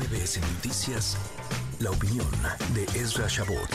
MBS Noticias, la opinión de Ezra Shabot.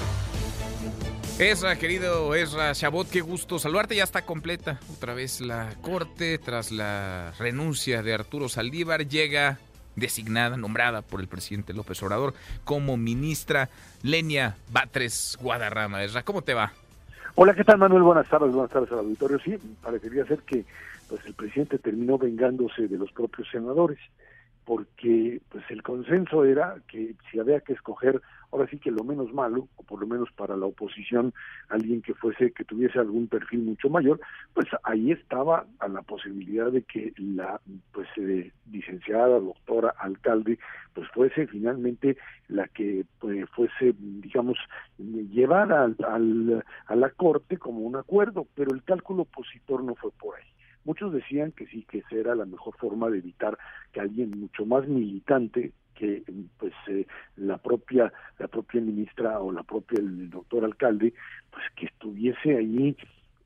Ezra, querido Ezra Shabot, qué gusto saludarte. Ya está completa otra vez la corte tras la renuncia de Arturo Saldívar. Llega designada, nombrada por el presidente López Obrador como ministra Lenia Batres Guadarrama. Ezra, ¿cómo te va? Hola, ¿qué tal, Manuel? Buenas tardes al auditorio. Sí, parecería ser que pues el presidente terminó vengándose de los propios senadores, porque pues el consenso era que si había que escoger, ahora sí que lo menos malo, o por lo menos para la oposición, alguien que tuviese algún perfil mucho mayor, pues ahí estaba a la posibilidad de que la licenciada, doctora, alcalde, pues fuese finalmente la que fuese, digamos, llevada a la corte como un acuerdo, pero el cálculo opositor no fue por ahí. Muchos decían que sí, que esa era la mejor forma de evitar que alguien mucho más militante que la propia ministra o el doctor alcalde, pues que estuviese allí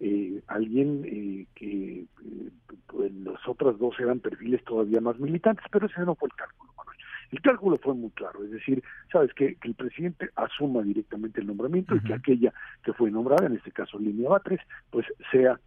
alguien que los otros dos eran perfiles todavía más militantes, pero ese no fue el cálculo, Manuel. El cálculo fue muy claro, es decir, sabes que el presidente asuma directamente el nombramiento y que aquella que fue nombrada, en este caso Lenia Batres, pues sea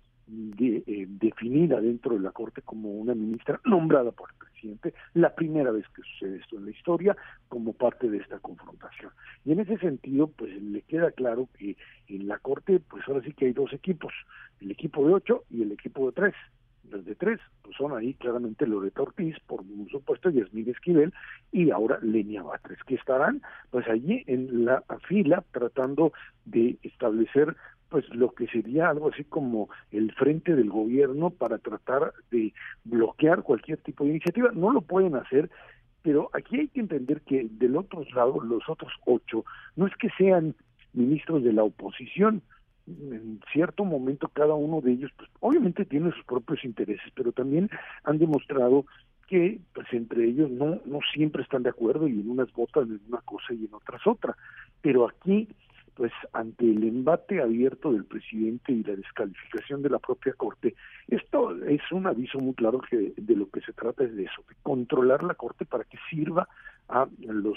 definida dentro de la Corte como una ministra nombrada por el presidente, la primera vez que sucede esto en la historia, como parte de esta confrontación. Y en ese sentido, pues le queda claro que en la Corte, pues ahora sí que hay dos equipos, el equipo de 8 y el equipo de 3. Los de 3 pues son ahí claramente Loretta Ortiz, por supuesto, Yasmín Esquivel, y ahora Lenia Batres, que estarán pues allí en la fila tratando de establecer pues lo que sería algo así como el frente del gobierno para tratar de bloquear cualquier tipo de iniciativa. No lo pueden hacer, pero aquí hay que entender que del otro lado, los otros 8, no es que sean ministros de la oposición. En cierto momento cada uno de ellos, pues obviamente tiene sus propios intereses, pero también han demostrado que pues entre ellos no siempre están de acuerdo y en unas votan en una cosa y en otras otra. Pero aquí, pues ante el embate abierto del presidente y la descalificación de la propia Corte, esto es un aviso muy claro que de lo que se trata es de eso, de controlar la Corte para que sirva a los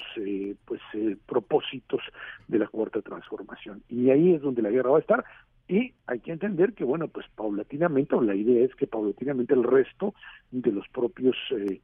propósitos de la Cuarta Transformación. Y ahí es donde la guerra va a estar. Y hay que entender que, bueno, pues paulatinamente, o la idea es que paulatinamente el resto de los propios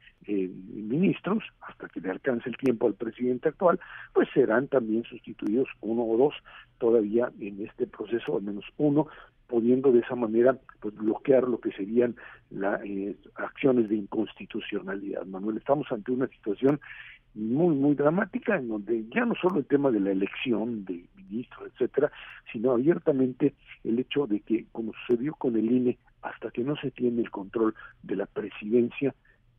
ministros, hasta que le alcance el tiempo al presidente actual, pues serán también sustituidos, uno o dos todavía en este proceso, al menos uno, pudiendo de esa manera pues bloquear lo que serían las acciones de inconstitucionalidad. Manuel, estamos ante una situación muy, muy dramática, en donde ya no solo el tema de la elección de ministros, etcétera, sino abiertamente el hecho de que, como sucedió con el INE, hasta que no se tiene el control de la presidencia,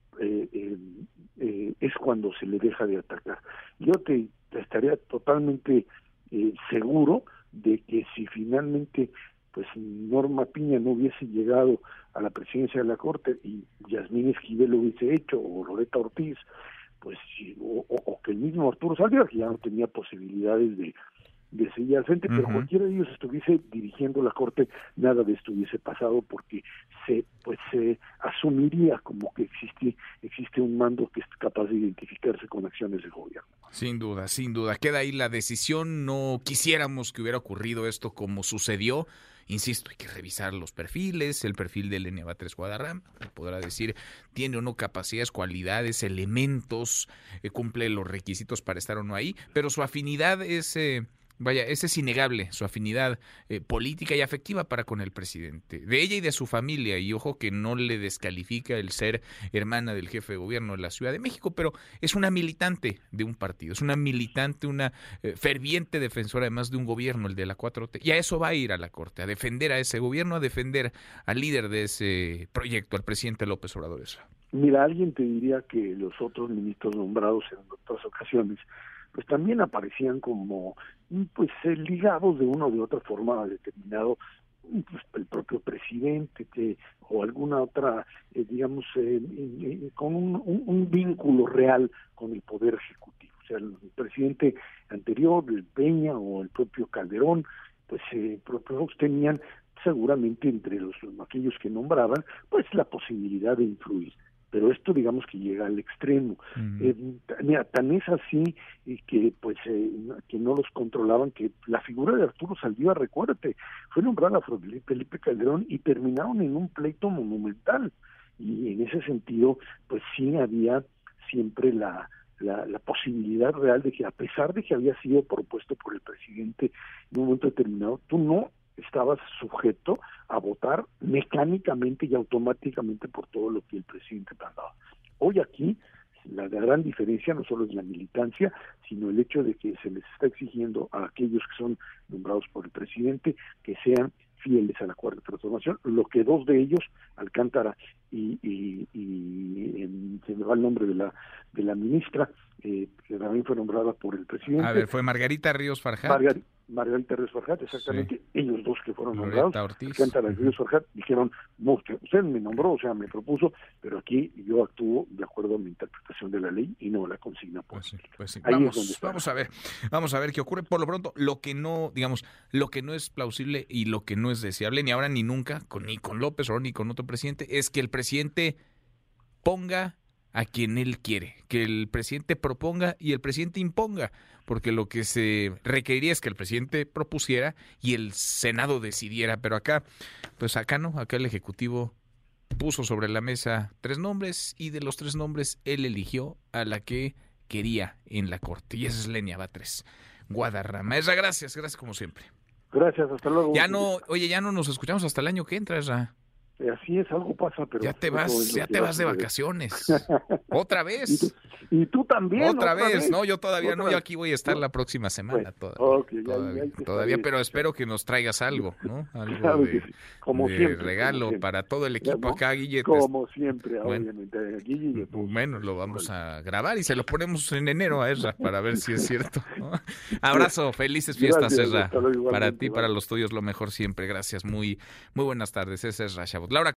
es cuando se le deja de atacar. Yo te estaría totalmente seguro de que si finalmente pues Norma Piña no hubiese llegado a la presidencia de la Corte y Yasmín Esquivel lo hubiese hecho, o Loretta Ortiz, pues o que el mismo Arturo Saldívar, que ya no tenía posibilidades de seguir al frente, pero cualquiera de ellos estuviese dirigiendo la Corte, nada de esto hubiese pasado, porque se asumiría como que existe un mando que es capaz de identificarse con acciones del gobierno. Sin duda, sin duda. Queda ahí la decisión. No quisiéramos que hubiera ocurrido esto como sucedió. Insisto, hay que revisar los perfiles, el perfil de Lenia Batres Guadarrama, podrá decir, tiene o no capacidades, cualidades, elementos, cumple los requisitos para estar o no ahí, pero su afinidad es innegable, su afinidad política y afectiva para con el presidente, de ella y de su familia, y ojo que no le descalifica el ser hermana del jefe de gobierno de la Ciudad de México, pero es una militante de un partido, es una militante, una ferviente defensora además de un gobierno, el de la 4T, y a eso va a ir a la Corte, a defender a ese gobierno, a defender al líder de ese proyecto, al presidente López Obrador. Mira, alguien te diría que los otros ministros nombrados en otras ocasiones pues también aparecían como ligados de una u de otra forma a determinado pues, el propio presidente o alguna otra con un vínculo real con el poder ejecutivo. O sea, el presidente anterior, el Peña o el propio Calderón, pues propios tenían seguramente entre aquellos que nombraban pues la posibilidad de influir. pero esto digamos que llega al extremo. Mira, tan es así que pues que no los controlaban, que la figura de Arturo Saldívar, recuérdate, fue nombrada por Felipe Calderón y terminaron en un pleito monumental, y en ese sentido pues sí había siempre la posibilidad real de que, a pesar de que había sido propuesto por el presidente en un momento determinado, tú no estabas sujeto a votar mecánicamente y automáticamente por todo lo que el presidente mandaba. Hoy aquí la gran diferencia no solo es la militancia, sino el hecho de que se les está exigiendo a aquellos que son nombrados por el presidente que sean fieles a la Cuarta Transformación, lo que dos de ellos, Alcántara y se me va el nombre de la ministra, que también fue nombrada por el presidente. A ver, fue Margarita Ríos Farjat. Margarita Ríos Farjat, exactamente. Sí. Ellos dos que fueron Loreta nombrados, Ortiz. Alcántara y Ríos Farjat, dijeron, usted me nombró, o sea, me propuso, pero aquí yo actúo de acuerdo a mi interpretación de la ley y no la consigna política. Pues sí. Ahí Vamos a ver qué ocurre. Por lo pronto, lo que no es plausible y lo que no es deseable, ni ahora ni nunca, ni con López Obrador ni con otro presidente, es que el presidente ponga a quien él quiere, que el presidente proponga y el presidente imponga, porque lo que se requeriría es que el presidente propusiera y el Senado decidiera, pero acá no, acá el Ejecutivo puso sobre la mesa 3 nombres y de los 3 nombres él eligió a la que quería en la Corte, y esa es Lenia Batres Guadarrama. Esra, gracias como siempre. Gracias, hasta luego. Ya no nos escuchamos hasta el año que entra, Esra. Así es, algo pasa, pero... Ya te vas de vacaciones. ¿Otra vez? Y tú también. ¿Otra vez? No, yo todavía no, yo aquí voy a estar la próxima semana. Todavía, pero espero que nos traigas algo, ¿no? Algo como de siempre, regalo para todo el equipo acá, Guille. Como siempre, obviamente. Guille, bueno, lo vamos a grabar y se lo ponemos en enero a Esra para ver si es cierto, ¿no? Abrazo, felices fiestas, Esra. Para ti, para los tuyos, lo mejor siempre. Gracias, muy buenas tardes. Es Esra Chabot. Laura